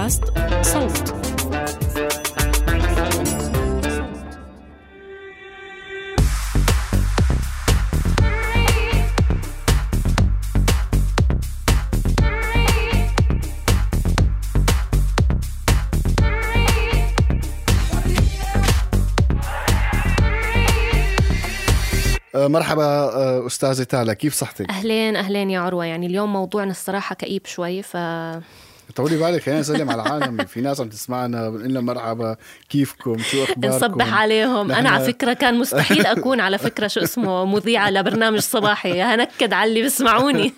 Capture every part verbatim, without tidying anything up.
بودكاست صوت. مرحبا أستاذة تالا، كيف صحتك؟ أهلين أهلين يا عروة. يعني اليوم موضوعنا الصراحة كئيب شوي، ف طولي بالك، خلينا نسلم على العالم. في ناس عم تسمعنا، بنقول لهم مرحبا، كيفكم، شو أخباركم؟ نصبح عليهم. أنا على فكرة كان مستحيل أكون على فكرة شو اسمه مذيعة لبرنامج صباحي، هنكد على اللي بسمعوني.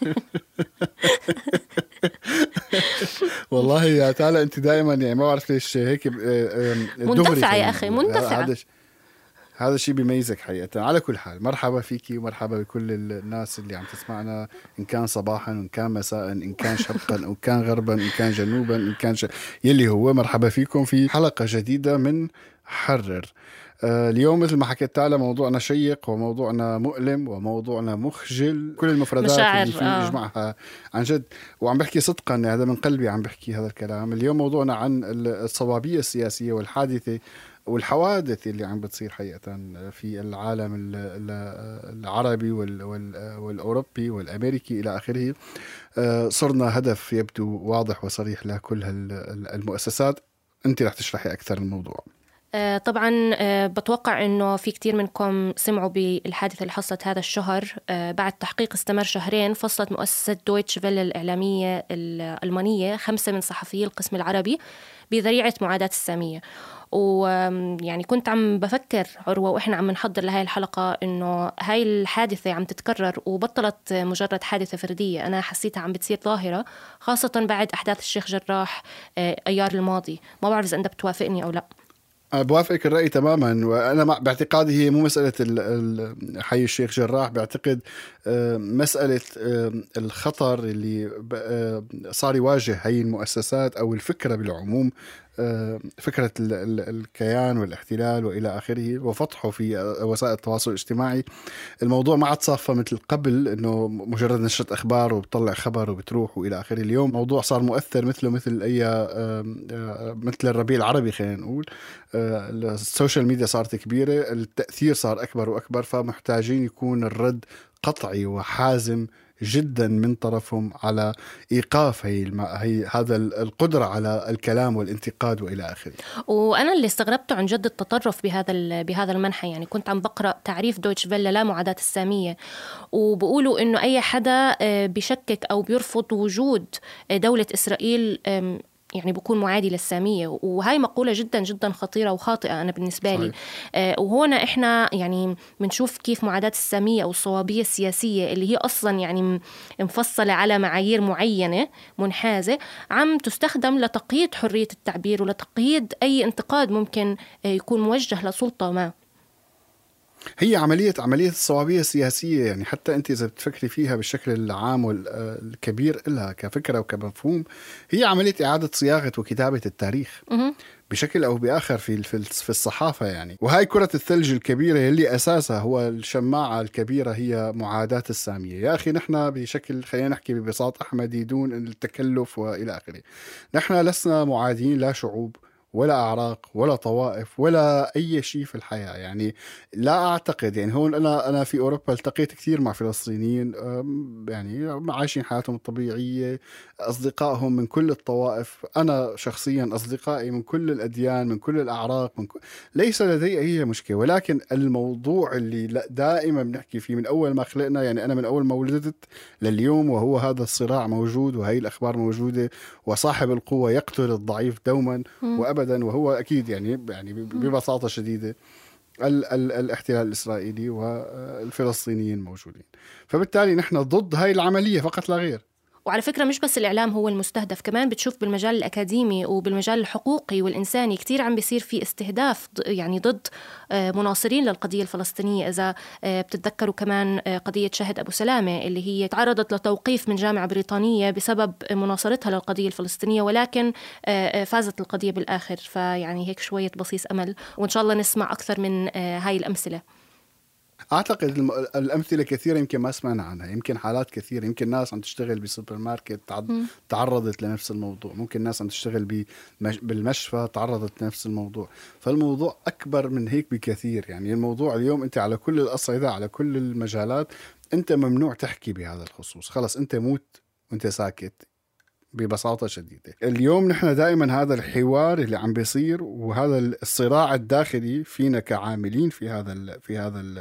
والله يا تالا أنت دائما يعني ما بعرف ليش هيك مندفعة يا أخي، مندفعة. هذا الشيء بيميزك حقيقة. على كل حال مرحبا فيكي ومرحبا بكل الناس اللي عم تسمعنا، إن كان صباحا وإن كان مساء، إن كان شرقا وإن كان غربا، إن كان جنوبا، إن كان ش... يلي هو. مرحبا فيكم في حلقة جديدة من حرر. آه اليوم مثل ما حكيت تعالى موضوعنا شيق وموضوعنا مؤلم وموضوعنا مخجل، كل المفردات مشاعر. اللي فيه يجمعها عن جد. وعم بحكي صدقا، هذا من قلبي عم بحكي هذا الكلام. اليوم موضوعنا عن الصوابية السياسية والحادثة والحوادث اللي عم بتصير حقيقة في العالم العربي والأوروبي والأمريكي إلى آخره. صرنا هدف يبدو واضح وصريح لكل المؤسسات. أنت رح تشرحي أكثر الموضوع. طبعا بتوقع أنه في كتير منكم سمعوا بالحادثة اللي حصلت هذا الشهر. بعد تحقيق استمر شهرين، فصلت مؤسسة دويتش فيل الإعلامية الألمانية خمسة من صحفيي القسم العربي بذريعة معاداة السامية. ويعني كنت عم بفكر عروة وإحنا عم نحضر لهاي الحلقة إنه هاي الحادثة عم تتكرر وبطلت مجرد حادثة فردية. أنا حسيتها عم بتصير ظاهرة، خاصة بعد أحداث الشيخ جراح أيار الماضي. ما بعرف إذا أنت بتوافقني أو لا. أنا بوافقك الرأي تماما، وأنا باعتقادي هي مو مسألة حي الشيخ جراح. بعتقد مسألة الخطر اللي صار يواجه هاي المؤسسات أو الفكرة بالعموم، فكرة الكيان والاحتلال وإلى آخره وفتحه في وسائل التواصل الاجتماعي. الموضوع ما عاد صافة مثل قبل إنه مجرد نشرة أخبار وبتطلع خبر وبتروح وإلى آخره. اليوم موضوع صار مؤثر مثله مثل أي مثل الربيع العربي، خلينا نقول. السوشيال ميديا صارت كبيرة، التأثير صار أكبر وأكبر، فمحتاجين يكون الرد قطعي وحازم جدا من طرفهم على إيقاف هي, الم... هي هذا القدرة على الكلام والانتقاد وإلى آخره. وأنا اللي استغربته عن جد التطرف بهذا ال... بهذا المنحى. يعني كنت عم بقرأ تعريف دويتش فيل لا معاداة السامية، وبقولوا إنه أي حدا بيشكك أو بيرفض وجود دولة إسرائيل يعني بكون معادي للسامية. وهاي مقولة جدا جدا خطيرة وخاطئة أنا بالنسبة لي. آه وهنا إحنا يعني بنشوف كيف معاداة السامية أو الصوابية السياسية اللي هي أصلا يعني مفصلة على معايير معينة منحازة عم تستخدم لتقييد حرية التعبير ولتقييد أي انتقاد ممكن آه يكون موجه لسلطة ما. هي عملية عملية الصوابية السياسية. يعني حتى أنت إذا بتفكري فيها بالشكل العام والكبير إلها كفكرة وكمفهوم، هي عملية إعادة صياغة وكتابة التاريخ بشكل أو بآخر في في الصحافة. يعني وهاي كرة الثلج الكبيرة اللي أساسها هو الشماعة الكبيرة هي معاداة السامية. يا أخي نحن بشكل، خلينا نحكي ببساطة أحمدي دون التكلف وإلى آخره، نحن لسنا معادين لا شعوب ولا أعراق ولا طوائف ولا أي شيء في الحياة. يعني لا أعتقد، يعني هون أنا أنا في أوروبا التقيت كثير مع فلسطينيين يعني عايشين حياتهم الطبيعية، أصدقائهم من كل الطوائف. أنا شخصيا أصدقائي من كل الأديان، من كل الأعراق، من كل... ليس لدي أي مشكلة. ولكن الموضوع اللي دائما بنحكي فيه من أول ما خلقنا، يعني أنا من أول ما ولدت لليوم وهو هذا الصراع موجود وهي الأخبار موجودة، وصاحب القوة يقتل الضعيف دوما وأبدا. وهو أكيد يعني يعني ببساطة شديدة ال ال الاحتلال الإسرائيلي والفلسطينيين موجودين. فبالتالي نحن ضد هاي العملية فقط لا غير. وعلى فكرة مش بس الإعلام هو المستهدف، كمان بتشوف بالمجال الأكاديمي وبالمجال الحقوقي والإنساني كتير عم بيصير في استهداف يعني ضد مناصرين للقضية الفلسطينية. إذا بتتذكروا كمان قضية شهد أبو سلامة اللي هي تعرضت لتوقيف من جامعة بريطانية بسبب مناصرتها للقضية الفلسطينية، ولكن فازت القضية بالآخر. فيعني هيك شوية بصيص أمل، وإن شاء الله نسمع أكثر من هاي الأمثلة. أعتقد الم- الأمثلة كثيرة يمكن ما سمعنا عنها، يمكن حالات كثيرة، يمكن ناس عم تشتغل بسوبر ماركت تعد- تعرضت لنفس الموضوع، ممكن ناس عم تشتغل بمش- بالمشفى تعرضت لنفس الموضوع. فالموضوع أكبر من هيك بكثير. يعني الموضوع اليوم أنت على كل الأصعدة على كل المجالات أنت ممنوع تحكي بهذا الخصوص، خلص أنت موت وأنت ساكت ببساطة شديدة. اليوم نحن دائما هذا الحوار اللي عم بيصير وهذا الصراع الداخلي فينا كعاملين في هذا ال في هذا ال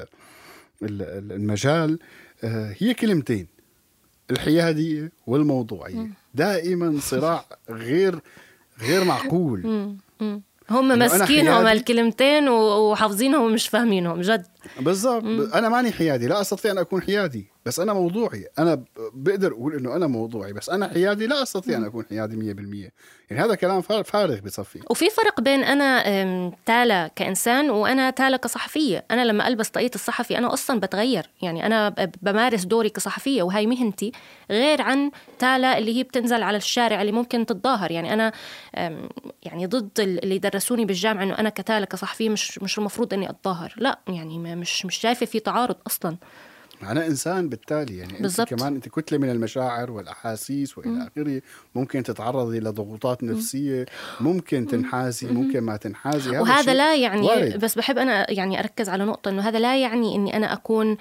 المجال هي كلمتين: الحيادية والموضوعية. دائما صراع غير غير معقول. هم ماسكينهم الكلمتين وحافظينهم ومش فاهمينهم جد. بالضبط. أنا ماني حيادي، لا أستطيع أن أكون حيادي، بس أنا موضوعي. أنا بقدر أقول إنه أنا موضوعي، بس أنا حيادي لا أستطيع أن أكون حيادي مية بالمية. يعني هذا كلام فارغ بصفي. وفي فرق بين أنا تالا كإنسان وأنا تالا كصحفية. أنا لما ألبس طاقية الصحفي أنا أصلا بتغير، يعني أنا بمارس دوري كصحفية وهي مهنتي، غير عن تالا اللي هي بتنزل على الشارع اللي ممكن تتظاهر. يعني أنا يعني ضد اللي درسوني بالجامعة إنه أنا كتالا كصحفية مش مش المفروض إني أتظاهر. لا، يعني مش مش شايفة في تعارض أصلا. أنا إنسان بالتالي، يعني بالزبط. أنت كمان أنت كتلة من المشاعر والأحاسيس وإلى آخره. ممكن تتعرضي لضغوطات نفسية، ممكن تنحازي، ممكن ما تنحازي. هذا وهذا لا يعني وارد. بس بحب أنا يعني أركز على نقطة إنه هذا لا يعني إني أنا أكون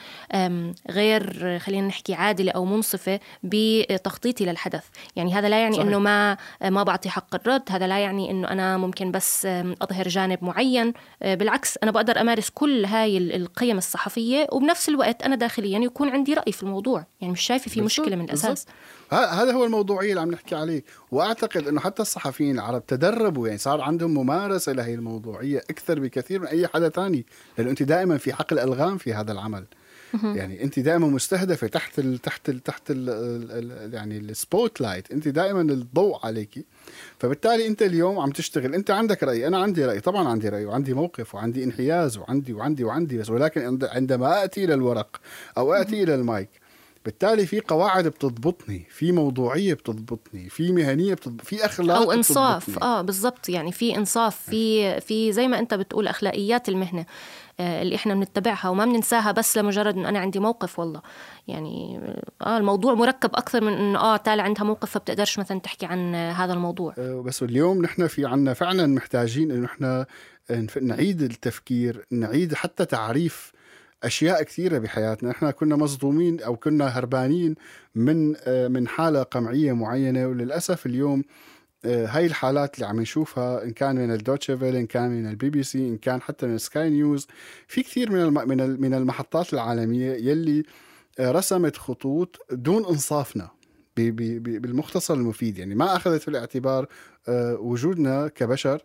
غير خلينا نحكي عادلة أو منصفة بتخطيطي للحدث. يعني هذا لا يعني صحيح. إنه ما ما بعطي حق الرد. هذا لا يعني إنه أنا ممكن بس أظهر جانب معين. بالعكس، أنا بقدر أمارس كل هاي القيم الصحفية وبنفس الوقت أنا داخليا يعني يكون عندي رأي في الموضوع. يعني مش شايفة في مشكلة من الأساس. هذا هو الموضوعية اللي عم نحكي عليه. وأعتقد أنه حتى الصحفيين العرب تدربوا، يعني صار عندهم ممارسة لهي الموضوعية أكثر بكثير من أي حدا تاني، لأنه أنت دائما في حقل ألغام في هذا العمل. يعني أنت دائما مستهدفة تحت ال تحت ال تحت ال ال يعني السبوت لايت، أنت دائما الضوء عليكي. فبالتالي أنت اليوم عم تشتغل، أنت عندك رأي، أنا عندي رأي، طبعا عندي رأي وعندي موقف وعندي انحياز وعندي وعندي وعندي بس ولكن عندما أتي إلى الورق أو أتي إلى المايك، بالتالي في قواعد بتضبطني، في موضوعية بتضبطني، في مهنية بتضبط، في أخلاق أو إنصاف. بتضبطني. آه بالضبط. يعني في إنصاف، في في زي ما أنت بتقول أخلاقيات المهنة آه اللي إحنا بنتبعها وما بننساها بس لمجرد إنه أنا عندي موقف. والله يعني آه الموضوع مركب أكثر من إنه آه تالي عندها موقف فبتقدرش مثلا تحكي عن هذا الموضوع. آه بس اليوم نحن في عنا فعلا محتاجين إنه إحنا نعيد التفكير، نعيد حتى تعريف أشياء كثيرة بحياتنا. إحنا كنا مصدومين أو كنا هربانين من من حالة قمعية معينة، وللأسف اليوم هاي الحالات اللي عم نشوفها إن كان من الدوتشي فيل، إن كان من البي بي سي، إن كان حتى من سكاي نيوز، في كثير من من من المحطات العالمية يلي رسمت خطوط دون إنصافنا بالمختصر المفيد. يعني ما أخذت في الاعتبار وجودنا كبشر،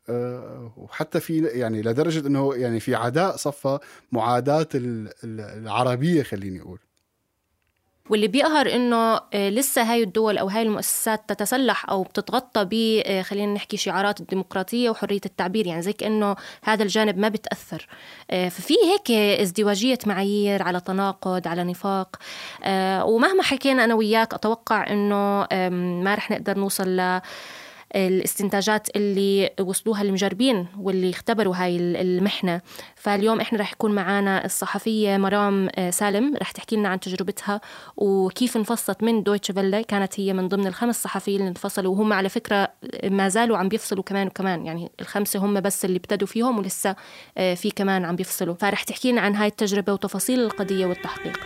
وحتى في يعني لدرجة أنه يعني في عداء صفى معاداة العربية خليني أقول. واللي بيقهر إنه لسه هاي الدول أو هاي المؤسسات تتسلح أو بتتغطى ب خلينا نحكي شعارات الديمقراطية وحرية التعبير، يعني زي كأنه هذا الجانب ما بتأثر. ففي هيك ازدواجية معايير، على تناقض، على نفاق. ومهما حكينا أنا وياك أتوقع إنه ما رح نقدر نوصل ل الاستنتاجات اللي وصلوها المجربين واللي اختبروا هاي المحنة. فاليوم احنا رح يكون معانا الصحفية مرام سالم، رح تحكي لنا عن تجربتها وكيف انفصلت من دويتشه فيله. كانت هي من ضمن الخمس صحفيين اللي انفصلوا، وهم على فكرة ما زالوا عم بيفصلوا كمان وكمان. يعني الخمسة هم بس اللي ابتدوا فيهم ولسه في كمان عم بيفصلوا. فرح تحكي لنا عن هاي التجربة وتفاصيل القضية والتحقيق.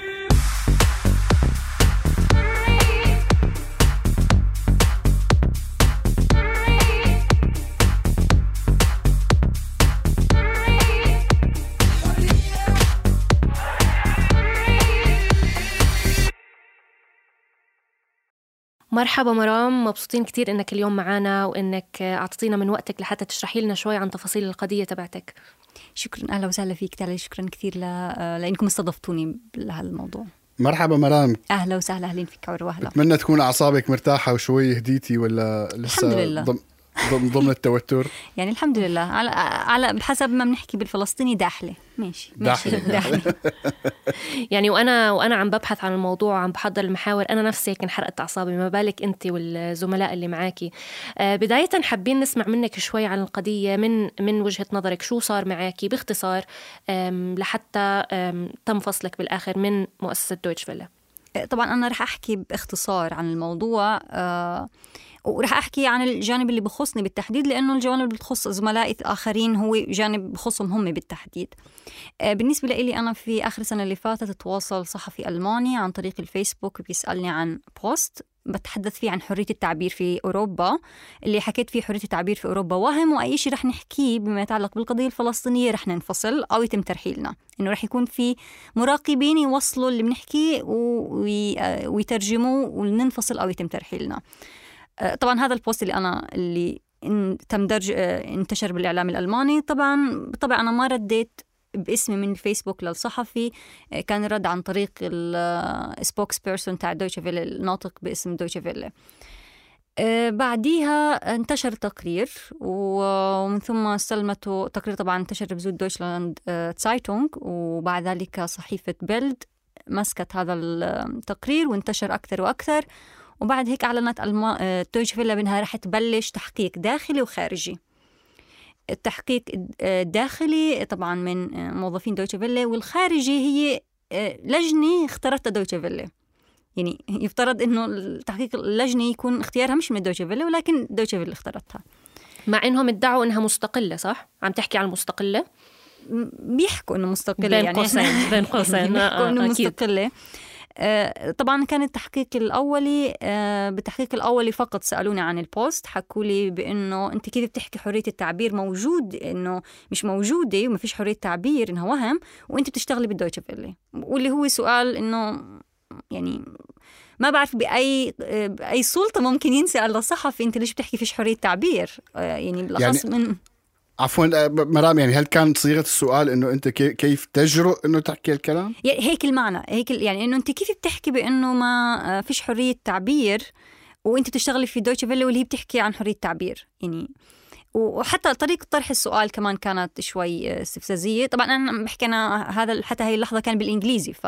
مرحبا مرام، مبسوطين كتير إنك اليوم معنا وإنك أعطينا من وقتك لحتى تشرحي لنا شوي عن تفاصيل القضية تبعتك. شكرا، أهلا وسهلا فيك تالي. شكرا كثير ل... لأنكم استضفتوني بهالموضوع. مرحبا مرام. أهلا وسهلا، أهلين فيك عروة. أهلا. أتمنى تكون أعصابك مرتاحة وشوي هديتي ولا لسه الحمد لله. ضم... ضمن التوتر؟ يعني الحمد لله على على بحسب ما بنحكي بالفلسطيني داحلة ماشي ماشي داحلة. يعني وأنا وأنا عم ببحث عن الموضوع عم بحضر المحاور أنا نفسي هيك انحرقت أعصابي، ما بالك أنت والزملاء اللي معاكي. آه بداية حابين نسمع منك شوي عن القضية من من وجهة نظرك، شو صار معاكي باختصار لحتى تم فصلك بالآخر من مؤسسة دويتش فيلا. طبعا أنا رح أحكي باختصار عن الموضوع، آه ورح أحكي عن الجانب اللي بخصني بالتحديد، لأنه الجوانب اللي بتخص زملائي الآخرين هو جانب بخصهم هم بالتحديد. بالنسبة لي أنا في آخر سنة اللي فاتت تواصل صحفي ألماني عن طريق الفيسبوك بيسألني عن بوست بتحدث فيه عن حرية التعبير في أوروبا، اللي حكيت فيه حرية التعبير في أوروبا وهم، وأي شيء رح نحكيه بما يتعلق بالقضية الفلسطينية رح ننفصل أو يتم ترحيلنا، إنه رح يكون في مراقبين يوصلوا اللي بنحكيه ويترجموا وننفصل أو يتم ترحيلنا. طبعا هذا البوست اللي أنا اللي تم درج انتشر بالإعلام الألماني، طبعا بالطبع أنا ما رديت باسمي من الفيسبوك للصحفي، كان رد عن طريق السبوكس بيرسون تاع دويتشه فيلا الناطق باسم دويتشه فيلا. بعديها انتشر تقرير ومن ثم استلمته تقرير، طبعا انتشر بزود دويتشلاند تسايتونغ، وبعد ذلك صحيفة بيلد مسكت هذا التقرير وانتشر أكثر وأكثر. وبعد هيك أعلنت دويتشه فيلا بأنها رح تبلش تحقيق داخلي وخارجي. التحقيق الداخلي طبعا من موظفين دويتشه فيلا، والخارجي هي لجنة اختارتها دويتشه فيلا. يعني يفترض إنه التحقيق اللجنة يكون اختيارها مش من دويتشه فيلا، ولكن دويتشه فيلا اختارتها، مع إنهم ادعوا إنها مستقلة. صح؟ عم تحكي عن المستقلة؟ بيحكوا إنه مستقلة بين يعني قوسين بين قوسين بيحكوا إنه مستقلة. آه طبعا كان التحقيق الأولي آه بالتحقيق الأولي فقط سألوني عن البوست، حكوا لي بأنه أنت كيف بتحكي حرية التعبير موجود، إنه مش موجودة وما فيش حرية تعبير، إنها وهم، وأنت بتشتغلي بالدويتشه فيلا. واللي هو سؤال إنه يعني ما بعرف بأي بأي سلطة ممكن ينسأل للصحفي أنت ليش بتحكي فيش حرية تعبير، آه يعني بالأخص يعني من عفوا مرام، يعني هل كان صيغة السؤال إنه أنت كيف تجرؤ إنه تحكي الكلام؟ يعني هيك المعنى، هيك يعني إنه أنت كيف بتحكي بإنه ما فيش حرية تعبير وأنت بتشتغلي في دويتشه فيلا واللي هي بتحكي عن حرية تعبير يعني. وحتى طريقة طرح السؤال كمان كانت شوي استفزازية. طبعا أنا بحكي أنا هذا حتى هاي اللحظة كان بالإنجليزي ف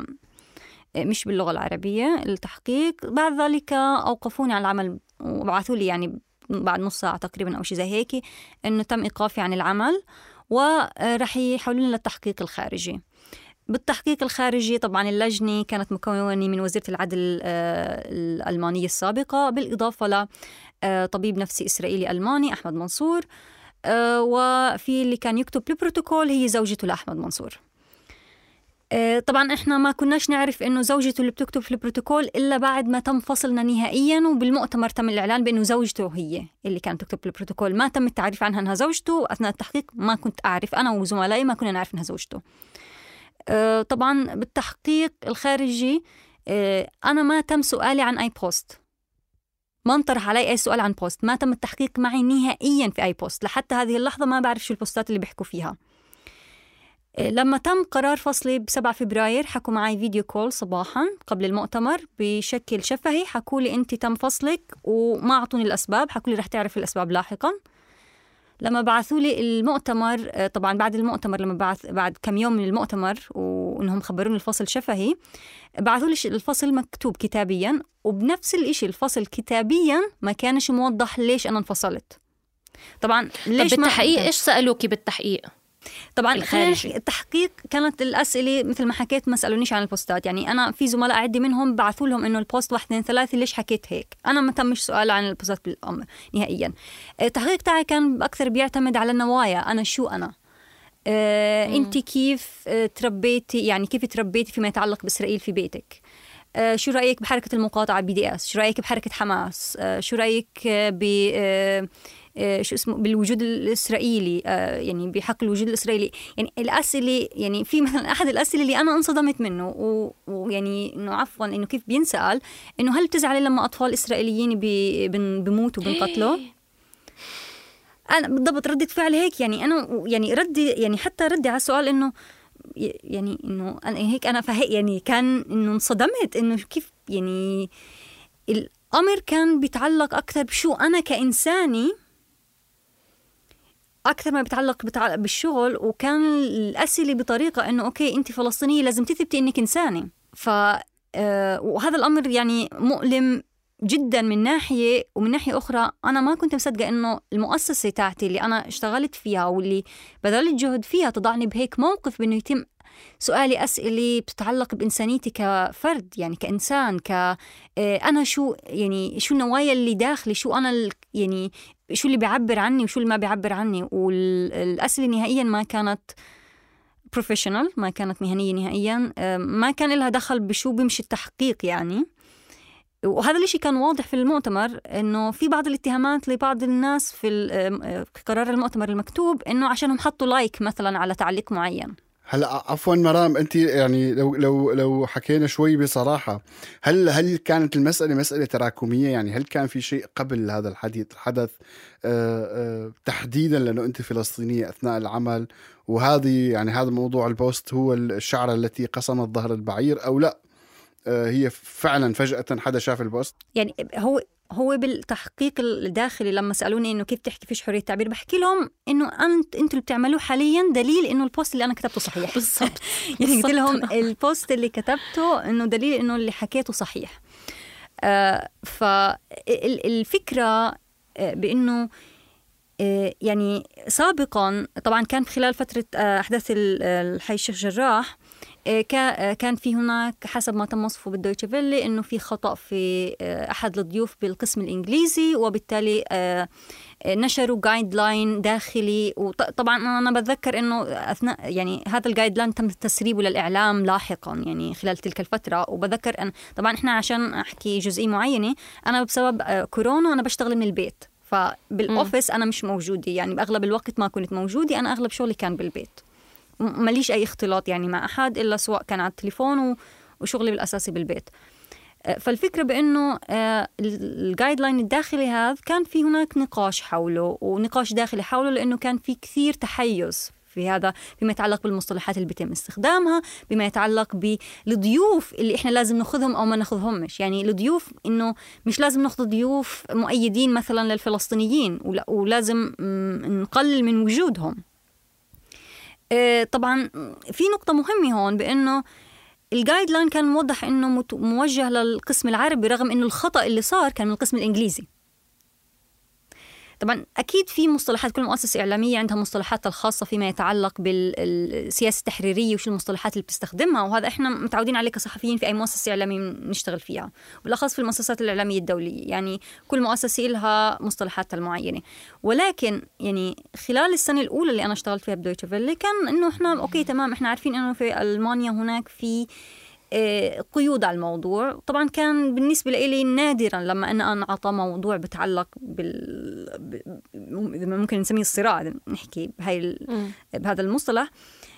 مش باللغة العربية التحقيق. بعد ذلك أوقفوني عن العمل وبعثوا لي يعني بعد نص ساعة تقريبا أو شيء زي هيك إنه تم إيقافي عن العمل ورح يحولون للتحقيق الخارجي. بالتحقيق الخارجي طبعا اللجنة كانت مكونة من وزيرة العدل الألمانية السابقة، بالإضافة لطبيب نفسي إسرائيلي ألماني أحمد منصور، وفي اللي كان يكتب البروتوكول هي زوجته لأحمد منصور. طبعا احنا ما كناش نعرف انه زوجته اللي بتكتب في البروتوكول الا بعد ما تم فصلنا نهائيا، وبالمؤتمر تم الاعلان بانه زوجته هي اللي كانت تكتب في البروتوكول. ما تم التعريف عنها انها زوجته. اثناء التحقيق ما كنت اعرف، انا وزملائي ما كنا نعرف انها زوجته. طبعا بالتحقيق الخارجي انا ما تم سؤالي عن اي بوست، ما انطرح علي اي سؤال عن بوست، ما تم التحقيق معي نهائيا في اي بوست. لحتى هذه اللحظة ما بعرف شو البوستات اللي بيحكوا فيها. لما تم قرار فصلي بسبعة فبراير حكوا معي فيديو كول صباحا قبل المؤتمر بشكل شفهي، حكوا لي أنت تم فصلك وما أعطوني الأسباب، حكوا لي رح تعرف الأسباب لاحقا. لما بعثوا لي المؤتمر طبعا بعد المؤتمر لما بعث بعد كم يوم من المؤتمر وإنهم خبروني الفصل شفهي، بعثوا لي الفصل مكتوب كتابيا، وبنفس الإشي الفصل كتابيا ما كانش موضح ليش أنا انفصلت. طبعا ليش بالتحقيق إيش سألوكي بالتحقيق؟ طبعا التحقيق كانت الأسئلة مثل ما حكيت ما سألونيش عن البوستات. يعني أنا في زملاء عدي منهم بعثوا لهم إنه البوست واحد اثنين ثلاثة ليش حكيت هيك، أنا ما تمش سؤال عن البوستات بالأمر نهائيا. التحقيق تاعي كان أكثر بيعتمد على النوايا، أنا شو أنا آه أنت كيف آه تربيتي، يعني كيف تربيتي فيما يتعلق بإسرائيل في بيتك، آه شو رأيك بحركة المقاطعة بي دي اس، شو رأيك بحركة حماس، آه شو رأيك ب آه شو اسمه بالوجود الإسرائيلي، آه يعني بحق الوجود الإسرائيلي. يعني الأسئلة يعني في مثلا أحد الأسئلة اللي أنا انصدمت منه ويعني إنه عفوا إنه كيف بينسأل إنه هل بتزعلي لما أطفال إسرائيليين بيموتوا وبنقتلوا؟ أنا بالضبط ردة فعل هيك. يعني أنا يعني ردي يعني حتى ردي على السؤال إنه يعني إنه أنا هيك أنا فهي يعني كان إنه انصدمت إنه كيف يعني الأمر كان بيتعلق أكثر بشو أنا كإنساني أكثر ما بيتعلق بتع... بالشغل، وكان الأسئلة بطريقة إنه أوكي أنت فلسطينية لازم تثبتي إنك إنسانة. ف آه وهذا الأمر يعني مؤلم جدا من ناحية، ومن ناحية أخرى أنا ما كنت مصدقة إنه المؤسسة تاعتي اللي أنا اشتغلت فيها واللي بذلت جهد فيها تضعني بهيك موقف، بإنه يتم سؤالي أسئلة بتتعلق بإنسانيتي كفرد، يعني كإنسان، ك أنا شو يعني شو النوايا اللي داخلي، شو أنا ال... يعني شو اللي بيعبر عني وشو اللي ما بيعبر عني. والأسئلة نهائيا ما كانت بروفيشنال، ما كانت مهنية نهائيا، ما كان لها دخل بشو بيمشي التحقيق يعني. وهذا الشيء كان واضح في المؤتمر، إنه في بعض الاتهامات لبعض الناس في قرار المؤتمر المكتوب إنه عشانهم حطوا لايك مثلا على تعليق معين. هلا عفوا مرام، انت يعني لو لو لو حكينا شوي بصراحه، هل هل كانت المساله مساله تراكميه؟ يعني هل كان في شيء قبل هذا الحديث الحدث آه آه تحديدا لانه انت فلسطينيه اثناء العمل، وهذه يعني هذا موضوع البوست هو الشعره التي قسمت ظهر البعير، او لا آه هي فعلا فجاه حدا شاف البوست؟ يعني هو هو بالتحقيق الداخلي لما سألوني إنه كيف تحكي فيش حرية تعبير، بحكي لهم إنه أنت أنتوا اللي بتعملوا حاليا دليل إنه البوست اللي أنا كتبته صحيح. بالضبط. يعني قلت لهم البوست اللي كتبته إنه دليل إنه اللي حكيته صحيح. آه فالفكرة بإنه آه يعني سابقا طبعا كان خلال فترة آه أحداث الحي الشيخ جراح كان في هناك حسب ما تم وصفه بالدويتشه فيلي إنه في خطأ في أحد الضيوف بالقسم الإنجليزي، وبالتالي نشروا جايد لاين داخلي. وطبعا أنا بتذكر إنه أثناء يعني هذا الجايد لاين تم تسريبه للإعلام لاحقا يعني خلال تلك الفترة. وبذكر أن طبعا إحنا عشان أحكي جزئية معينة، أنا بسبب كورونا أنا بشتغل من البيت، فبالأوفيس أنا مش موجودة، يعني بأغلب الوقت ما كنت موجودة، أنا أغلب شغلي كان بالبيت، ماليش أي اختلاط يعني مع أحد إلا سواء كان على التليفون وشغلي بالأساسي بالبيت. فالفكرة بأنه الجايد لاين الداخلي هذا كان في هناك نقاش حوله، ونقاش داخلي حوله، لأنه كان في كثير تحيز في هذا بما يتعلق بالمصطلحات اللي بيتم استخدامها، بما يتعلق بالضيوف اللي إحنا لازم نأخذهم أو ما نأخذهمش. يعني الضيوف إنه مش لازم نأخذ ضيوف مؤيدين مثلا للفلسطينيين، ولازم نقلل من وجودهم. طبعا في نقطة مهمة هون، بأنه الجايد لاين كان موضح أنه موجه للقسم العربي، رغم أنه الخطأ اللي صار كان من القسم الإنجليزي. طبعا أكيد في مصطلحات، كل مؤسسة إعلامية عندها مصطلحاتها الخاصة فيما يتعلق بالسياسة التحريرية وش المصطلحات اللي بتستخدمها، وهذا إحنا متعودين عليه كصحفيين في أي مؤسسة إعلامية نشتغل فيها، بالأخص في المؤسسات الإعلامية الدولية. يعني كل مؤسسة لها مصطلحاتها المعينة. ولكن يعني خلال السنة الأولى اللي أنا اشتغلت فيها بدويتشه فيلي كان إنه إحنا أوكي تمام، إحنا عارفين إنه في ألمانيا هناك في قيود على الموضوع. طبعا كان بالنسبة لي نادرا لما أنا أنعطى موضوع بتعلق بال ممكن نسميه الصراع، نحكي بهاي بهذا المصطلح.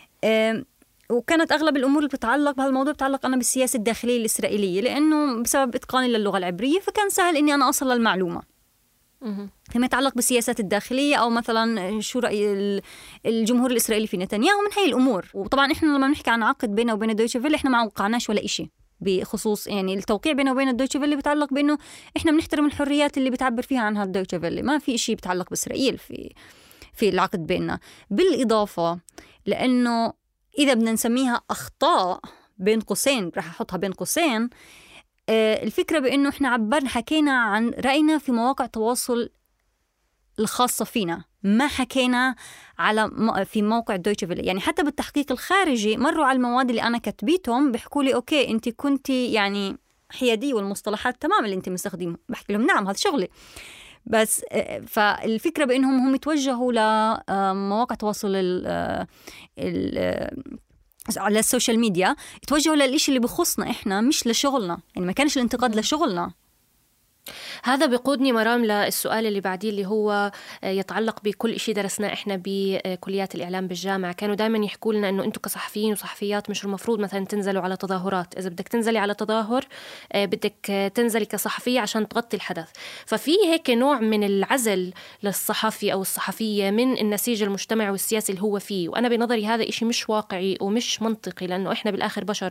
وكانت أغلب الأمور اللي بتتعلق بهذا الموضوع بتتعلق أنا بالسياسة الداخلية الإسرائيلية، لأنه بسبب إتقاني للغة العبرية فكان سهل إني أنا أصل للمعلومة. فيما يتعلق بالسياسات الداخلية أو مثلا شو رأي الجمهور الإسرائيلي في نتنياهو من هاي الأمور. وطبعا إحنا لما بنحكي عن عقد بينه وبين الدويتشه فيلي إحنا ما وقعناش ولا إشي بخصوص يعني التوقيع بينه وبين الدويتشه فيلي بيتعلق بأنه إحنا بنحترم الحريات اللي بتعبر فيها عنها الدويتشه فيلي، ما في إشي بيتعلق بإسرائيل في في العقد بيننا. بالإضافة لأنه إذا بدنا نسميها أخطاء بين قوسين، رح أحطها بين قوسين، الفكرة بأنه إحنا عبرنا حكينا عن رأينا في مواقع تواصل الخاصة فينا، ما حكينا على في موقع دويتشه فيلي. يعني حتى بالتحقيق الخارجي مروا على المواد اللي أنا كتبيتهم، بيحكوا لي أوكي أنت كنتي يعني حيادية والمصطلحات تمام اللي أنت مستخدمه. بحكي لهم نعم هذا شغلي، بس فالفكرة بأنهم هم يتوجهوا لمواقع تواصل ال ال على السوشيال ميديا، يتوجهوا للإشي اللي بخصنا إحنا مش لشغلنا. يعني ما كانش الانتقاد لشغلنا. هذا بيقودني مرام للسؤال اللي بعديه، اللي هو يتعلق بكل إشي درسناه إحنا بكليات الإعلام بالجامعة. كانوا دائما يحكوا لنا إنه أنتم كصحفيين وصحفيات مش المفروض مثلا تنزلوا على تظاهرات. إذا بدك تنزلي على تظاهر بدك تنزلي كصحفية عشان تغطي الحدث. ففي هيك نوع من العزل للصحفي أو الصحفية من النسيج المجتمعي والسياسي اللي هو فيه. وأنا بنظري هذا إشي مش واقعي ومش منطقي، لأنه إحنا بالآخر بشر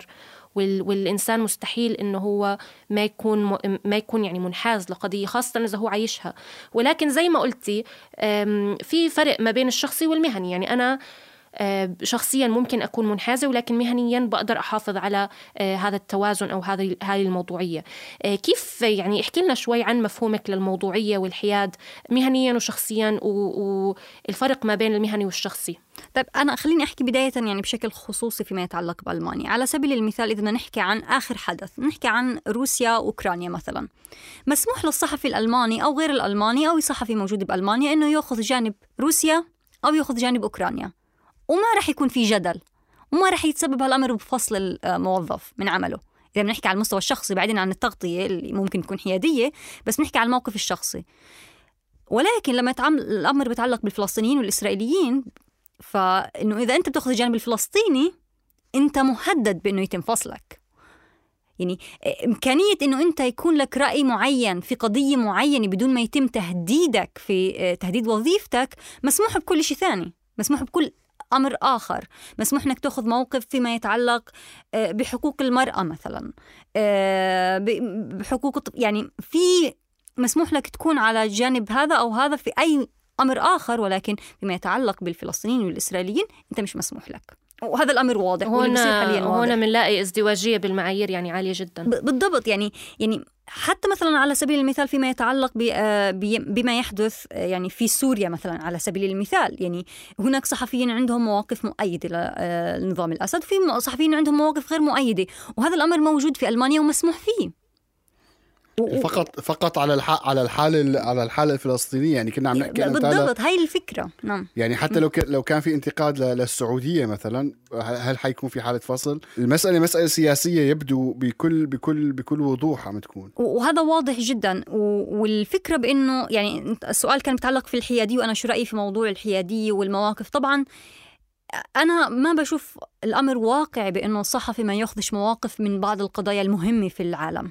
والإنسان مستحيل إنه هو ما يكون ما يكون يعني منحاز لقضية، خاصة إذا هو عايشها. ولكن زي ما قلتي في فرق ما بين الشخصي والمهني. يعني أنا شخصيا ممكن أكون منحازة، ولكن مهنيا بقدر أحافظ على هذا التوازن أو هذه هذه الموضوعية. كيف يعني احكي لنا شوي عن مفهومك للموضوعية والحياد مهنيا وشخصيا، والفرق ما بين المهني والشخصي. طيب أنا خليني أحكي بداية يعني بشكل خصوصي فيما يتعلق بألمانيا. على سبيل المثال إذا نحكي عن آخر حدث، نحكي عن روسيا وأوكرانيا مثلا، مسموح للصحفي الألماني أو غير الألماني أو أي صحفي موجود بألمانيا إنه يأخذ جانب روسيا أو يأخذ جانب أوكرانيا، وما رح يكون في جدل، وما رح يتسبب هالأمر بفصل الموظف من عمله. إذا بنحكي على المستوى الشخصي بعيدين عن التغطية اللي ممكن تكون حيادية، بس بنحكي على الموقف الشخصي. ولكن لما يتعامل الأمر بيتعلق بالفلسطينيين والإسرائيليين، فإنه إذا أنت بتأخذ الجانب الفلسطيني أنت مهدد بأنه يتم فصلك. يعني إمكانية أنه أنت يكون لك رأي معين في قضية معينة بدون ما يتم تهديدك في تهديد وظيفتك مسموح بكل شيء ثاني، مسموح بكل أمر آخر. مسموح أنك تأخذ موقف فيما يتعلق بحقوق المرأة مثلا، بحقوق يعني في مسموح لك تكون على جانب هذا أو هذا في أي أمر آخر. ولكن فيما يتعلق بالفلسطينيين والإسرائيليين أنت مش مسموح لك، وهذا الأمر واضح. هنا هنا بنلاقي ازدواجية بالمعايير يعني عالية جدا. بالضبط. يعني يعني حتى مثلا على سبيل المثال فيما يتعلق بما يحدث يعني في سوريا مثلا على سبيل المثال، يعني هناك صحفيين عندهم مواقف مؤيدة لنظام الأسد، وفي صحفيين عندهم مواقف غير مؤيدة، وهذا الأمر موجود في ألمانيا ومسموح فيه. فقط فقط على الح... على الحاله على الحاله الفلسطينيه. يعني كنا عم نحكي بالضبط هاي الفكره. نعم. يعني حتى لو ك... لو كان في انتقاد ل... للسعوديه مثلا، هل حيكون في حاله فصل؟ المساله مساله سياسيه يبدو بكل بكل بكل وضوح عم تكون، وهذا واضح جدا. و... والفكره بانه يعني السؤال كان متعلق في الحياديه، وانا شو رايي في موضوع الحياديه والمواقف. طبعا أنا ما بشوف الأمر واقع بأنه الصحفي ما يأخذش مواقف من بعض القضايا المهمة في العالم.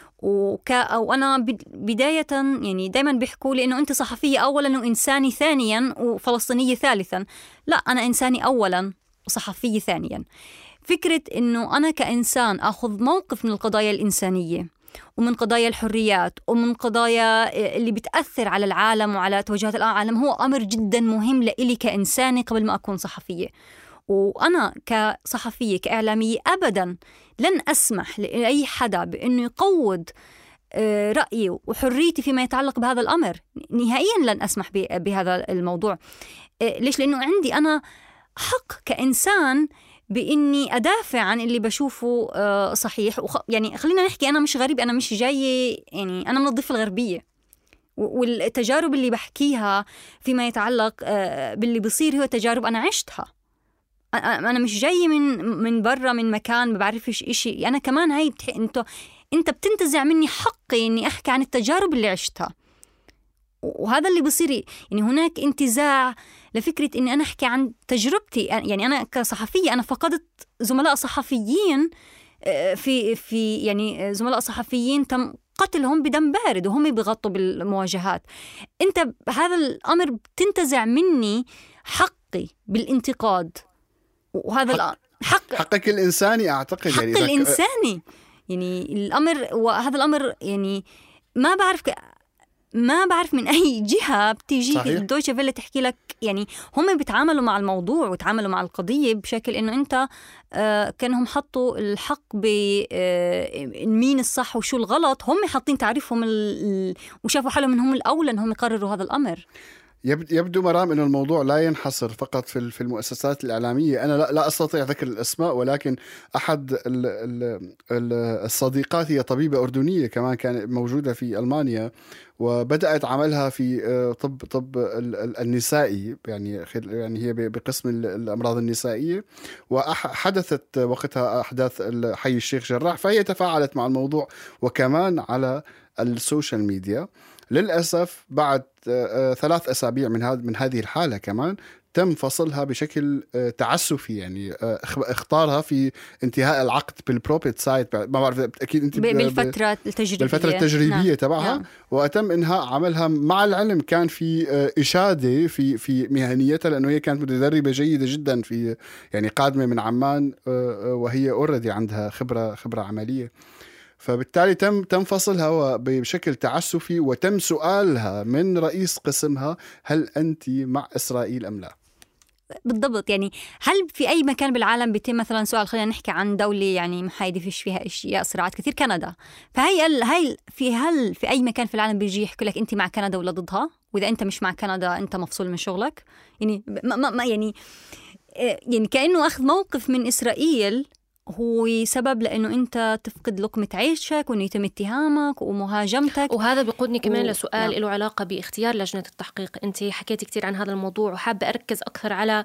وك أو أنا بداية يعني دايما بيحكوا لي إنه أنت صحفية أولا وإنساني ثانيا وفلسطينية ثالثا. لا، أنا إنساني أولا وصحفية ثانيا. فكرة إنه أنا كإنسان أخذ موقف من القضايا الإنسانية ومن قضايا الحريات ومن قضايا اللي بتأثر على العالم وعلى توجهات العالم هو أمر جدا مهم لإلي كإنساني قبل ما أكون صحفية. وأنا كصحفية كإعلامية أبدا لن أسمح لأي حدا بأنه يقود رأيي وحريتي فيما يتعلق بهذا الأمر. نهائيا لن أسمح بهذا الموضوع. ليش؟ لأنه عندي أنا حق كإنسان بإني أدافع عن اللي بشوفه صحيح. يعني خلينا نحكي، أنا مش غريب، أنا مش جاية، يعني أنا من الضفة الغربية، والتجارب اللي بحكيها فيما يتعلق باللي بصير هو تجارب أنا عشتها. أنا مش جاي من من برا من مكان ما بعرفش إشي. أنا كمان هاي بتح... أنت أنت بتنتزع مني حقي إني أحكي عن التجارب اللي عشتها، وهذا اللي بصير. يعني هناك انتزاع لفكرة إني أنا أحكي عن تجربتي. يعني أنا كصحفية أنا فقدت زملاء صحفيين في في يعني زملاء صحفيين تم قتلهم بدم بارد وهم بيغطوا بالمواجهات. أنت هذا الأمر بتنتزع مني حقي بالانتقاد، وهذا حق حق حقك الإنساني أعتقد. حق يعني الإنساني. يعني الأمر، وهذا الأمر يعني ما بعرف ك... ما بعرف من أي جهة بتيجي الدويتشه فيله تحكي لك. يعني هم بيتعاملوا مع الموضوع وتعاملوا مع القضية بشكل إنه أنت آه كانهم حطوا الحق بمين آه الصح وشو الغلط. هم حاطين تعريفهم ال... وشافوا حالهم إنهم الأولى إنهم يقرروا هذا الأمر. يبدو مرام أن الموضوع لا ينحصر فقط في في المؤسسات الإعلامية. أنا لا, لا أستطيع ذكر الأسماء، ولكن أحد الصديقات هي طبيبة أردنية كمان كانت موجودة في ألمانيا، وبدأت عملها في طب طب النسائي، يعني يعني هي بقسم الأمراض النسائية، وحدثت وقتها أحداث حي الشيخ جراح، فهي تفاعلت مع الموضوع وكمان على السوشيال ميديا. للأسف بعد ثلاث أسابيع من هذه من هذه الحالة كمان تم فصلها بشكل تعسفي، يعني اختارها في انتهاء العقد بالبروبيت سايت، ما بعرف اكيد انت بالفتره التجريبيه بالفتره التجريبيه تبعها، نعم. وتم انهاء عملها مع العلم كان في اشاده في في مهنيتها، لانه هي كانت متدربه جيده جدا في يعني قادمه من عمان، وهي اوريدي عندها خبره خبره عمليه، فبالتالي تم تم فصلها بشكل تعسفي، وتم سؤالها من رئيس قسمها هل أنت مع إسرائيل أم لا؟ بالضبط. يعني هل في أي مكان بالعالم بيتم مثلا سؤال، خلينا نحكي عن دولة يعني محايدة فيش فيها أشياء صراعات كثير، كندا، فهي هاي في هل في أي مكان في العالم بيجي يحكي لك أنت مع كندا ولا ضدها؟ وإذا أنت مش مع كندا أنت مفصول من شغلك. يعني ما ما يعني يعني كأنه أخذ موقف من إسرائيل هو سبب لأنه أنت تفقد لقمة عيشك، وإنه يتم اتهامك ومهاجمتك. وهذا بيقودني كمان و... لسؤال نعم. له علاقة باختيار لجنة التحقيق. أنت حكيتي كتير عن هذا الموضوع، وحابة أركز أكثر على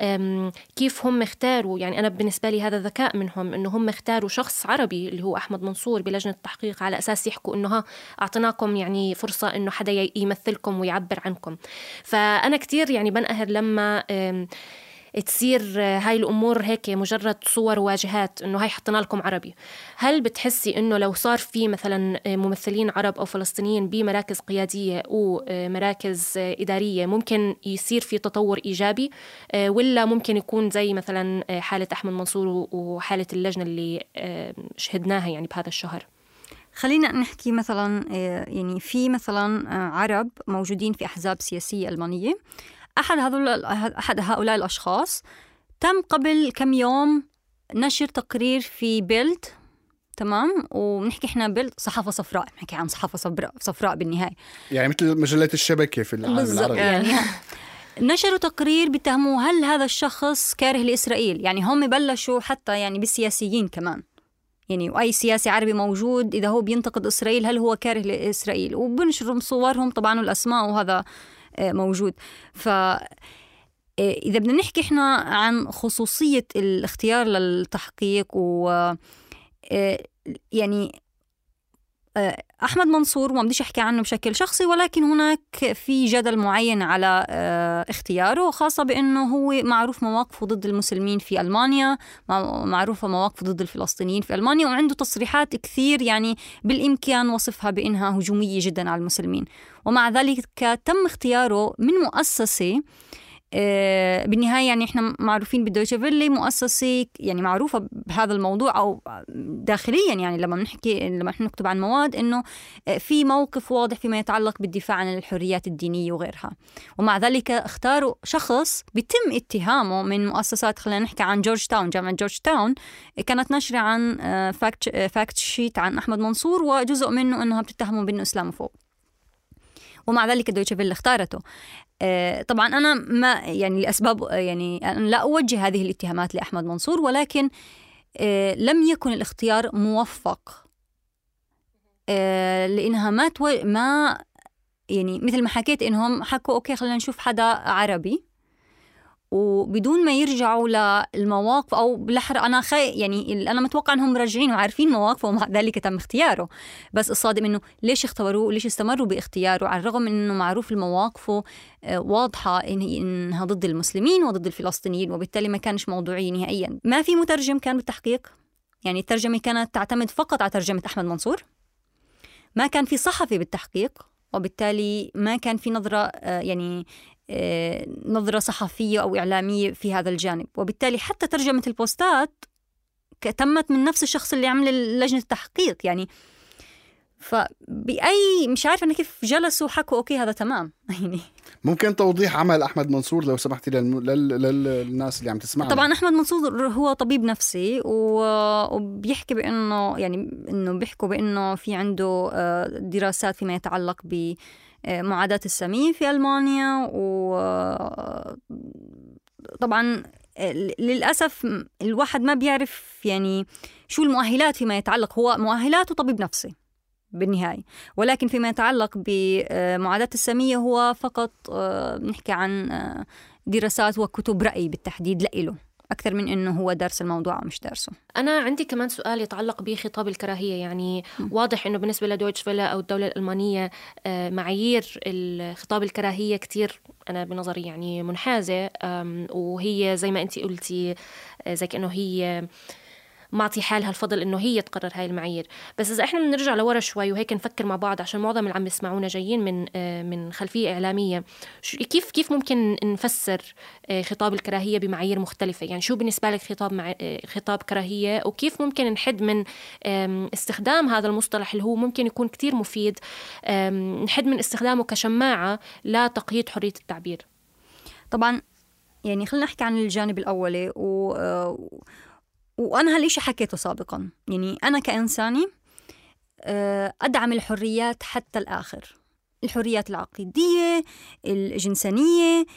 كيف هم اختاروا. يعني أنا بالنسبة لي هذا ذكاء منهم، إنه هم اختاروا شخص عربي اللي هو أحمد منصور بلجنة التحقيق، على أساس يحكوا إنه ها أعطيناكم يعني فرصة إنه حدا يمثلكم ويعبر عنكم. فأنا كتير يعني بنقهر لما تصير هاي الأمور هيك مجرد صور واجهات، إنه هاي حطينا لكم عربي. هل بتحسي إنه لو صار في مثلا ممثلين عرب أو فلسطينيين بمراكز قيادية ومراكز إدارية ممكن يصير في تطور إيجابي، ولا ممكن يكون زي مثلا حالة أحمد منصور وحالة اللجنة اللي شهدناها يعني بهذا الشهر؟ خلينا نحكي مثلا يعني في مثلا عرب موجودين في أحزاب سياسية ألمانية. أحد هذول أحد هؤلاء الأشخاص تم قبل كم يوم نشر تقرير في بيلد، تمام، ونحكي إحنا بيلد صحافة صفراء، نحكي عن صحافة صفراء بالنهاية، يعني مثل مجلات الشبكة في العالم العربي. يعني نشروا تقرير بتهموا هل هذا الشخص كاره لإسرائيل. يعني هم بلشوا حتى يعني بالسياسيين كمان، يعني وأي سياسي عربي موجود إذا هو بينتقد إسرائيل هل هو كاره لإسرائيل، وبنشروا صورهم طبعا والأسماء وهذا موجود. فإذا بدنا نحكي إحنا عن خصوصية الاختيار للتحقيق، و يعني أحمد منصور وما بديش أحكي عنه بشكل شخصي، ولكن هناك في جدل معين على اختياره، خاصة بأنه هو معروف مواقفه ضد المسلمين في ألمانيا، معروفة مواقفه ضد الفلسطينيين في ألمانيا، وعنده تصريحات كثير يعني بالإمكان وصفها بأنها هجومية جدا على المسلمين. ومع ذلك تم اختياره من مؤسسة بالنهاية، يعني إحنا معروفين بالدويتشه فيلي مؤسسة يعني معروفة بهذا الموضوع، أو داخليا يعني لما نحكي لما إحنا نكتب عن مواد إنه في موقف واضح فيما يتعلق بالدفاع عن الحريات الدينية وغيرها. ومع ذلك اختاروا شخص بيتم اتهامه من مؤسسات، خلينا نحكي عن جورج تاون، جامعة جورج تاون كانت نشرة عن فاكت فاكت شيت عن أحمد منصور، وجزء منه إنها بتتهمه بأنه إسلاموفوب، ومع ذلك الدويتشه فيلي اختارته. طبعا أنا ما يعني لأسباب يعني أنا لا أوجه هذه الاتهامات لأحمد منصور، ولكن لم يكن الاختيار موفق، لأنها ما تو... ما يعني مثل ما حكيت إنهم حكوا أوكي خلينا نشوف حدا عربي، وبدون ما يرجعوا للمواقف أو بالأحرى أنا خي يعني أنا متوقع أنهم راجعين وعارفين مواقفه، ومع ذلك تم اختياره. بس الصادم إنه ليش اختبروه، ليش استمروا باختياره على الرغم إنه معروف المواقفه واضحة إنها ضد المسلمين وضد الفلسطينيين، وبالتالي ما كانش موضوعي نهائيا. ما في مترجم كان بالتحقيق، يعني الترجمة كانت تعتمد فقط على ترجمة أحمد منصور، ما كان في صحفي بالتحقيق، وبالتالي ما كان في نظرة يعني نظرة صحفية أو إعلامية في هذا الجانب، وبالتالي حتى ترجمة البوستات تمت من نفس الشخص اللي عمل لجنة التحقيق. يعني فبأي مش عارفة أنا كيف جلسوا وحكوا أوكي هذا تمام. يعني ممكن توضيح عمل أحمد منصور لو سمحتي للم... لل... للناس اللي عم تسمعنا؟ طبعا أحمد منصور هو طبيب نفسي، وبيحكي بأنه يعني إنه بيحكوا بأنه في عنده دراسات فيما يتعلق ب معاداة السامية في ألمانيا. وطبعا للأسف الواحد ما بيعرف يعني شو المؤهلات فيما يتعلق، هو مؤهلاته طبيب نفسي بالنهاية، ولكن فيما يتعلق بمعاداة السامية هو فقط نحكي عن دراسات وكتب رأي بالتحديد لإله. أكثر من إنه هو درس الموضوع أو مش درسه. أنا عندي كمان سؤال يتعلق بخطاب الكراهية. يعني م. واضح إنه بالنسبة لدويتش فيلا أو الدولة الألمانية معايير خطاب الكراهية كتير أنا بنظري يعني منحازة، وهي زي ما أنتي قلتي زي كأنه هي معطي حالها الفضل إنه هي تقرر هاي المعايير. بس إذا إحنا بنرجع لورا شوي وهيك نفكر مع بعض، عشان معظم اللي عم يسمعونا جايين من من خلفية إعلامية، كيف كيف ممكن نفسر خطاب الكراهية بمعايير مختلفة؟ يعني شو بالنسبة لك خطاب مع خطاب كراهية، وكيف ممكن نحد من استخدام هذا المصطلح اللي هو ممكن يكون كتير مفيد، نحد من استخدامه كشماعة لا تقييد حرية التعبير؟ طبعا يعني خلينا نحكي عن الجانب الأولي، و وأنا هالإشي حكيته سابقاً. يعني أنا كإنساني أدعم الحريات حتى الآخر، الحريات العقيدية، الجنسانية،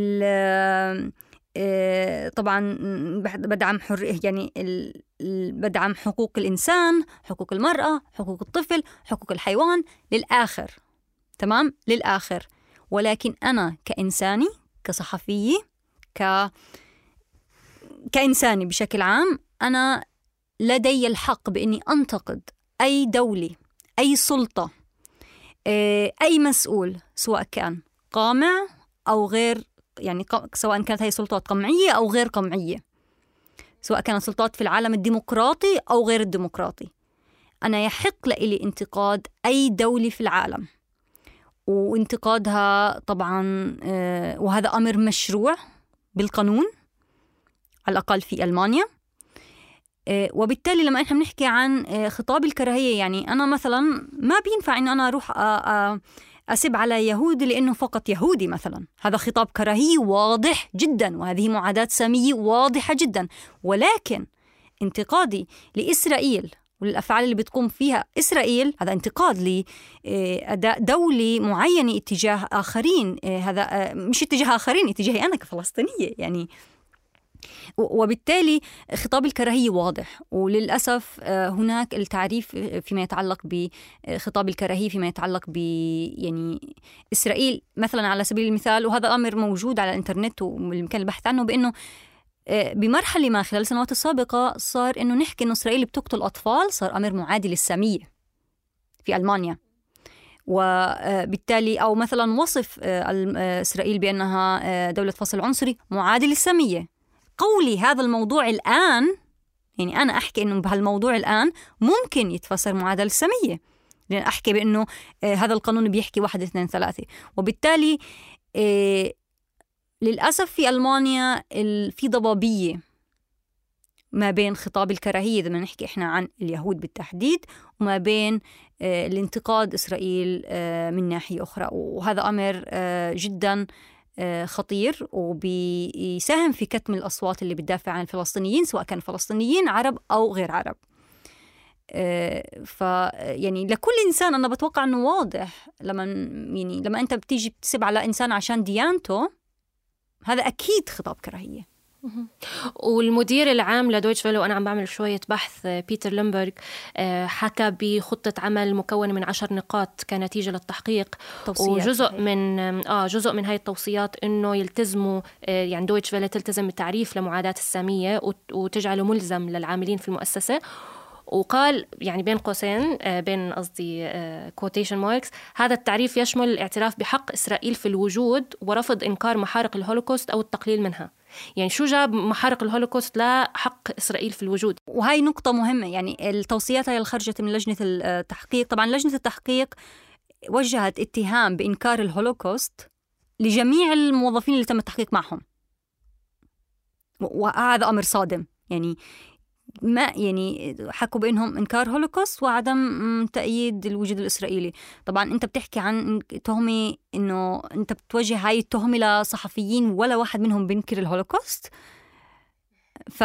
طبعاً بدعم حر يعني بدعم حقوق الإنسان، حقوق المرأة، حقوق الطفل، حقوق الحيوان للآخر، تمام، للآخر. ولكن أنا كإنساني، كصحفية، ك كإنساني بشكل عام، أنا لدي الحق بإني أنتقد أي دولة، أي سلطة، أي مسؤول، سواء كان قامع أو غير، يعني سواء كانت هي سلطات قمعية أو غير قمعية، سواء كانت سلطات في العالم الديمقراطي أو غير الديمقراطي. أنا يحق لي انتقاد أي دولة في العالم، وانتقادها طبعا وهذا أمر مشروع بالقانون على الأقل في ألمانيا. وبالتالي لما إحنا بنحكي عن خطاب الكراهية، يعني أنا مثلا ما بينفع إن أنا أروح أسب على يهودي لأنه فقط يهودي مثلا، هذا خطاب كراهية واضح جدا، وهذه معاداة سامية واضحة جدا. ولكن انتقادي لإسرائيل والأفعال اللي بتقوم فيها إسرائيل، هذا انتقاد لأداء دولة معينة اتجاه آخرين، هذا مش اتجاه آخرين، اتجاهي أنا كفلسطينية يعني. وبالتالي خطاب الكراهية واضح. وللأسف هناك التعريف فيما يتعلق بخطاب الكراهية فيما يتعلق ب يعني إسرائيل مثلا على سبيل المثال، وهذا الأمر موجود على الإنترنت وبالإمكان البحث عنه، بأنه بمرحلة ما خلال السنوات السابقة صار إنه نحكي إنه إسرائيل بتقتل أطفال، صار أمر معادي للسامية في ألمانيا. وبالتالي أو مثلا وصف إسرائيل بأنها دولة فصل عنصري معادي للسامية. قولي هذا الموضوع الآن، يعني أنا أحكي إنه بهالموضوع الآن ممكن يتفسر معادلة السامية، لأن أحكي بأنه هذا القانون بيحكي واحد اثنين ثلاثة. وبالتالي للأسف في ألمانيا في ضبابية ما بين خطاب الكراهية إذا ما نحكي إحنا عن اليهود بالتحديد، وما بين الانتقاد إسرائيل من ناحية أخرى. وهذا أمر جدا خطير وبيساهم في كتم الأصوات اللي بتدافع عن الفلسطينيين، سواء كانوا فلسطينيين عرب أو غير عرب. ف يعني لكل إنسان أنا بتوقع أنه واضح لما يعني لما أنت بتيجي بتسب على إنسان عشان ديانته، هذا أكيد خطاب كراهية. والمدير العام لدويتش فيلا، وأنا عم بعمل شوية بحث، بيتر ليمبرغ، حكى بخطة عمل مكونة من عشر نقاط كنتيجة للتحقيق. وجزء من آه جزء من هاي التوصيات إنه يلتزموا، يعني دويتش فيلا تلتزم بالتعريف لمعاداة السامية وتجعله ملزم للعاملين في المؤسسة. وقال يعني بين قوسين، بين قصدي quotation marks، هذا التعريف يشمل الاعتراف بحق إسرائيل في الوجود ورفض إنكار محارق الهولوكوست أو التقليل منها. يعني شو جاب محارق الهولوكوست لا حق إسرائيل في الوجود؟ وهي نقطة مهمة. يعني التوصيات هي اللي خرجت من لجنة التحقيق. طبعا لجنة التحقيق وجهت اتهام بإنكار الهولوكوست لجميع الموظفين اللي تم التحقيق معهم، وهذا أمر صادم. يعني ما يعني حكوا بينهم إنكار هولوكوست وعدم تأييد الوجود الإسرائيلي. طبعا أنت بتحكي عن تهمة إنه أنت بتوجه هاي التهمة لصحفيين ولا واحد منهم بينكر الهولوكوست. ف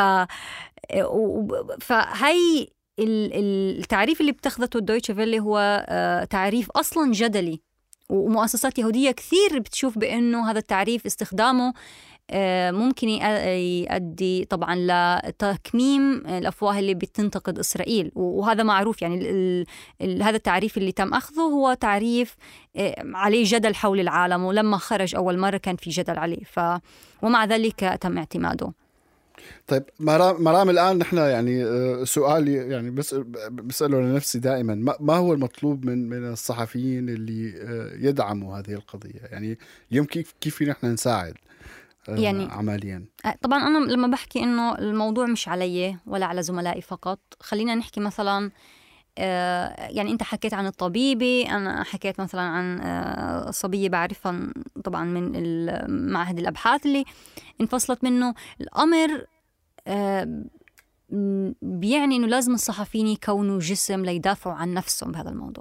فهاي التعريف اللي بتاخذته الدويتشه فيلا هو تعريف أصلا جدلي، ومؤسسات يهودية كثير بتشوف بأنه هذا التعريف استخدامه ممكن يؤدي طبعا لتكميم الأفواه اللي بتنتقد إسرائيل. وهذا معروف. يعني ال ال هذا التعريف اللي تم أخذه هو تعريف عليه جدل حول العالم، ولما خرج أول مرة كان في جدل عليه، ف ومع ذلك تم اعتماده. طيب مرام, مرام الآن نحن يعني سؤالي يعني بس بسأله لنفسي دائما، ما هو المطلوب من من الصحفيين اللي يدعموا هذه القضية؟ يعني اليوم كيف كيف نحن نساعد يعني عمليا؟ طبعا أنا لما بحكي إنه الموضوع مش علي ولا على زملائي فقط، خلينا نحكي مثلا يعني أنت حكيت عن الطبيبة، أنا حكيت مثلا عن صبية بعرفها طبعا من معهد الأبحاث اللي انفصلت منه. الأمر بيعني إنه لازم الصحفيين يكونوا جسم ليدافعوا عن نفسهم بهذا الموضوع.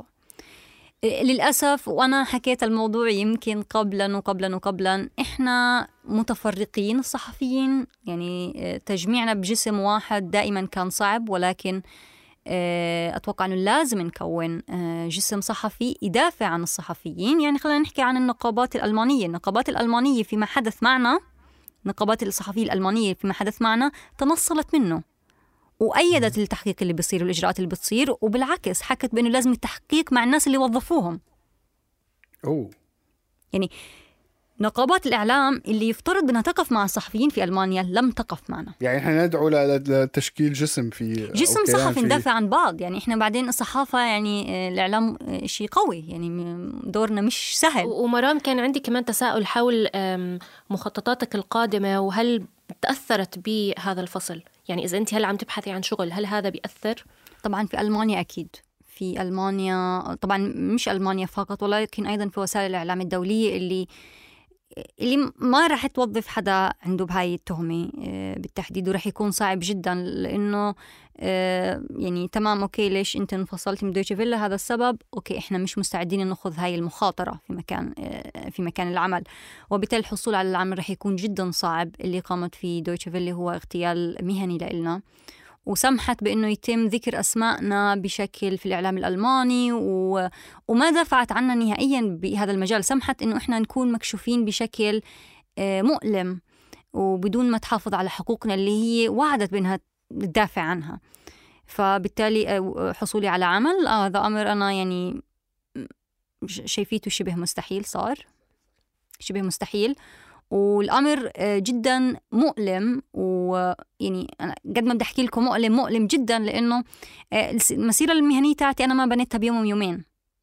للأسف وأنا حكيت الموضوع يمكن قبلا وقبلا وقبلا إحنا متفرقين الصحفيين، يعني تجميعنا بجسم واحد دائما كان صعب، ولكن أتوقع أنه لازم نكون جسم صحفي يدافع عن الصحفيين. يعني خلينا نحكي عن النقابات الألمانية. النقابات الألمانية فيما حدث معنا، نقابات الصحفية الألمانية فيما حدث معنا تنصلت منه وأيدت التحقيق اللي بيصير والإجراءات اللي بتصير، وبالعكس حكت بأنه لازم التحقيق مع الناس اللي وظفوهم. أوه. يعني نقابات الإعلام اللي يفترض أنها تقف مع الصحفيين في ألمانيا لم تقف معنا. يعني إحنا ندعو لتشكيل جسم في جسم صحفي ندافع عن بعض. يعني إحنا بعدين الصحافة يعني الإعلام شيء قوي، يعني دورنا مش سهل. ومرام كان عندي كمان تساؤل حول مخططاتك القادمة، وهل تأثرت بهذا الفصل؟ يعني إذا أنت هل عم تبحثي عن شغل هل هذا بيأثر؟ طبعا في ألمانيا أكيد، في ألمانيا طبعا مش ألمانيا فقط، ولكن أيضا في وسائل الإعلام الدولية اللي اللي ما راح توظف حدا عنده بهاي التهمة بالتحديد، ورح يكون صعب جدا لأنه يعني تمام أوكي ليش أنت انفصلت من دويتشه فيلا؟ هذا السبب، أوكي إحنا مش مستعدين نأخذ هاي المخاطرة في مكان في مكان العمل، وبالتالي الحصول على العمل رح يكون جدا صعب. اللي قامت في دويتشه فيلا هو اغتيال مهني لإلنا، وسمحت بأنه يتم ذكر أسماءنا بشكل في الإعلام الألماني و... وما دافعت عنا نهائيا بهذا المجال. سمحت أنه إحنا نكون مكشوفين بشكل مؤلم وبدون ما تحافظ على حقوقنا اللي هي وعدت بأنها تدافع عنها. فبالتالي حصولي على عمل هذا آه أمر أنا يعني شايفيته شبه مستحيل، صار شبه مستحيل، والأمر جدا مؤلم. ويعني أنا قد ما بدي أحكي لكم مؤلم مؤلم جدا، لأنه المسيرة المهنية تاعتي أنا ما بنيتها بيوم ويومين،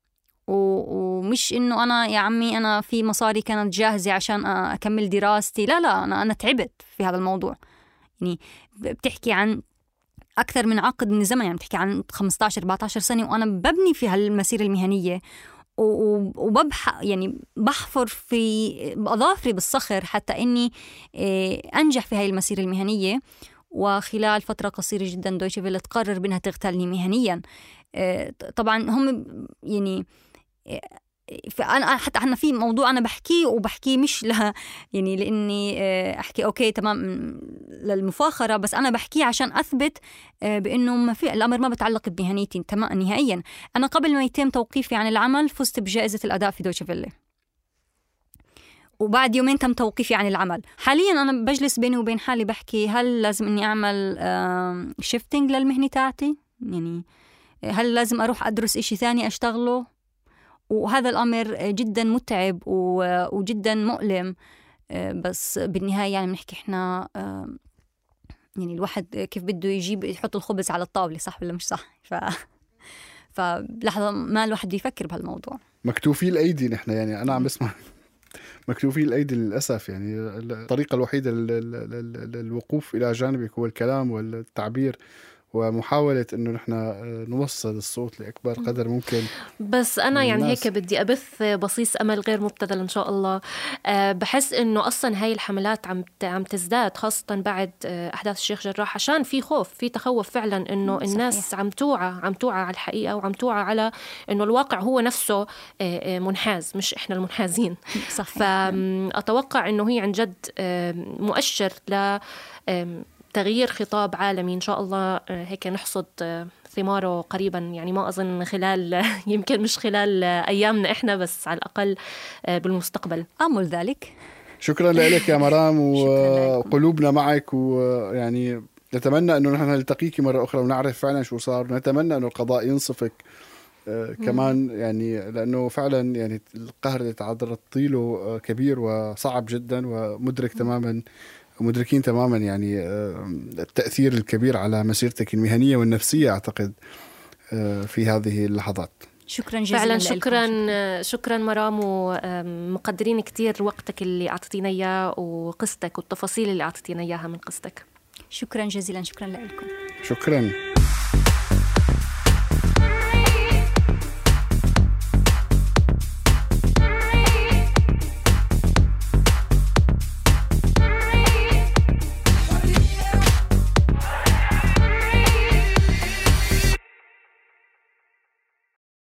ومش إنه أنا يا عمي أنا في مصاري كانت جاهزة عشان أكمل دراستي، لا لا أنا أنا تعبت في هذا الموضوع. يعني بتحكي عن أكثر من عقد من الزمن، يعني بتحكي عن خمسة عشر أربعة عشر سنة وأنا ببني في هالمسيرة المهنية، وببح يعني بحفر في أظافري بالصخر حتى إني أنجح في هاي المسيرة المهنية. وخلال فترة قصيرة جدا دويتشه فيلا تقرر بأنها تغتالني مهنيا. طبعا هم يعني فأنا حتى أنا في موضوع أنا بحكيه وبحكيه مش لها يعني لأني أحكي أوكي تمام للمفاخرة، بس أنا بحكيه عشان أثبت بأنه ما في الأمر ما بتعلق بمهنيتي تمام نهائيا. أنا قبل ما يتم توقيفي عن العمل فزت بجائزة الأداء في دويتشه فيلا، وبعد يومين تم توقيفي عن العمل. حاليا أنا بجلس بيني وبين حالي بحكي هل لازم إني أعمل شيفتينج للمهنة تاعتي، يعني هل لازم أروح أدرس إشي ثاني أشتغله؟ وهذا الأمر جدا متعب وجدا مؤلم، بس بالنهاية يعني بنحكي إحنا يعني الواحد كيف بده يجيب يحط الخبز على الطاولة، صح ولا مش صح؟ ف فلحظة ما الواحد بيفكر بهالموضوع. مكتوفي الأيدي نحن، يعني أنا عم بسمع مكتوفي الأيدي للأسف. يعني الطريقة الوحيدة للوقوف إلى جانبك هو الكلام والتعبير ومحاولة إنه نحن نوصل الصوت لأكبر قدر ممكن. بس أنا يعني هيك بدي أبث بصيص أمل غير مبتذل إن شاء الله. أه بحس إنه أصلا هاي الحملات عم عم تزداد خاصة بعد أحداث الشيخ جراح، عشان في خوف في تخوف فعلا إنه صحيح. الناس عم توعى عم توعى على الحقيقة وعم توعى على إنه الواقع هو نفسه منحاز مش إحنا المنحازين. صحيح. فأتوقع إنه هي عن جد مؤشر ل تغيير خطاب عالمي إن شاء الله، هيك نحصد ثماره قريبا. يعني ما أظن خلال يمكن مش خلال أيامنا إحنا، بس على الأقل بالمستقبل أمل ذلك. شكرا لك يا مرام، وقلوبنا معك، ويعني نتمنى أنه نحن نلتقيك مرة أخرى ونعرف فعلا شو صار، ونتمنى أنه القضاء ينصفك آه كمان، يعني لأنه فعلا يعني القهر اللي تعرضتي له كبير وصعب جدا، ومدرك تماما ومدركين تماما يعني التأثير الكبير على مسيرتك المهنية والنفسية أعتقد في هذه اللحظات. شكرا جزيلا. فعلا شكرا شكرا, شكرا مرام، ومقدرين كتير وقتك اللي أعطيتينا إياه وقصتك والتفاصيل اللي أعطيتينا إياها من قصتك. شكرا جزيلا. شكرا لكم. شكرا.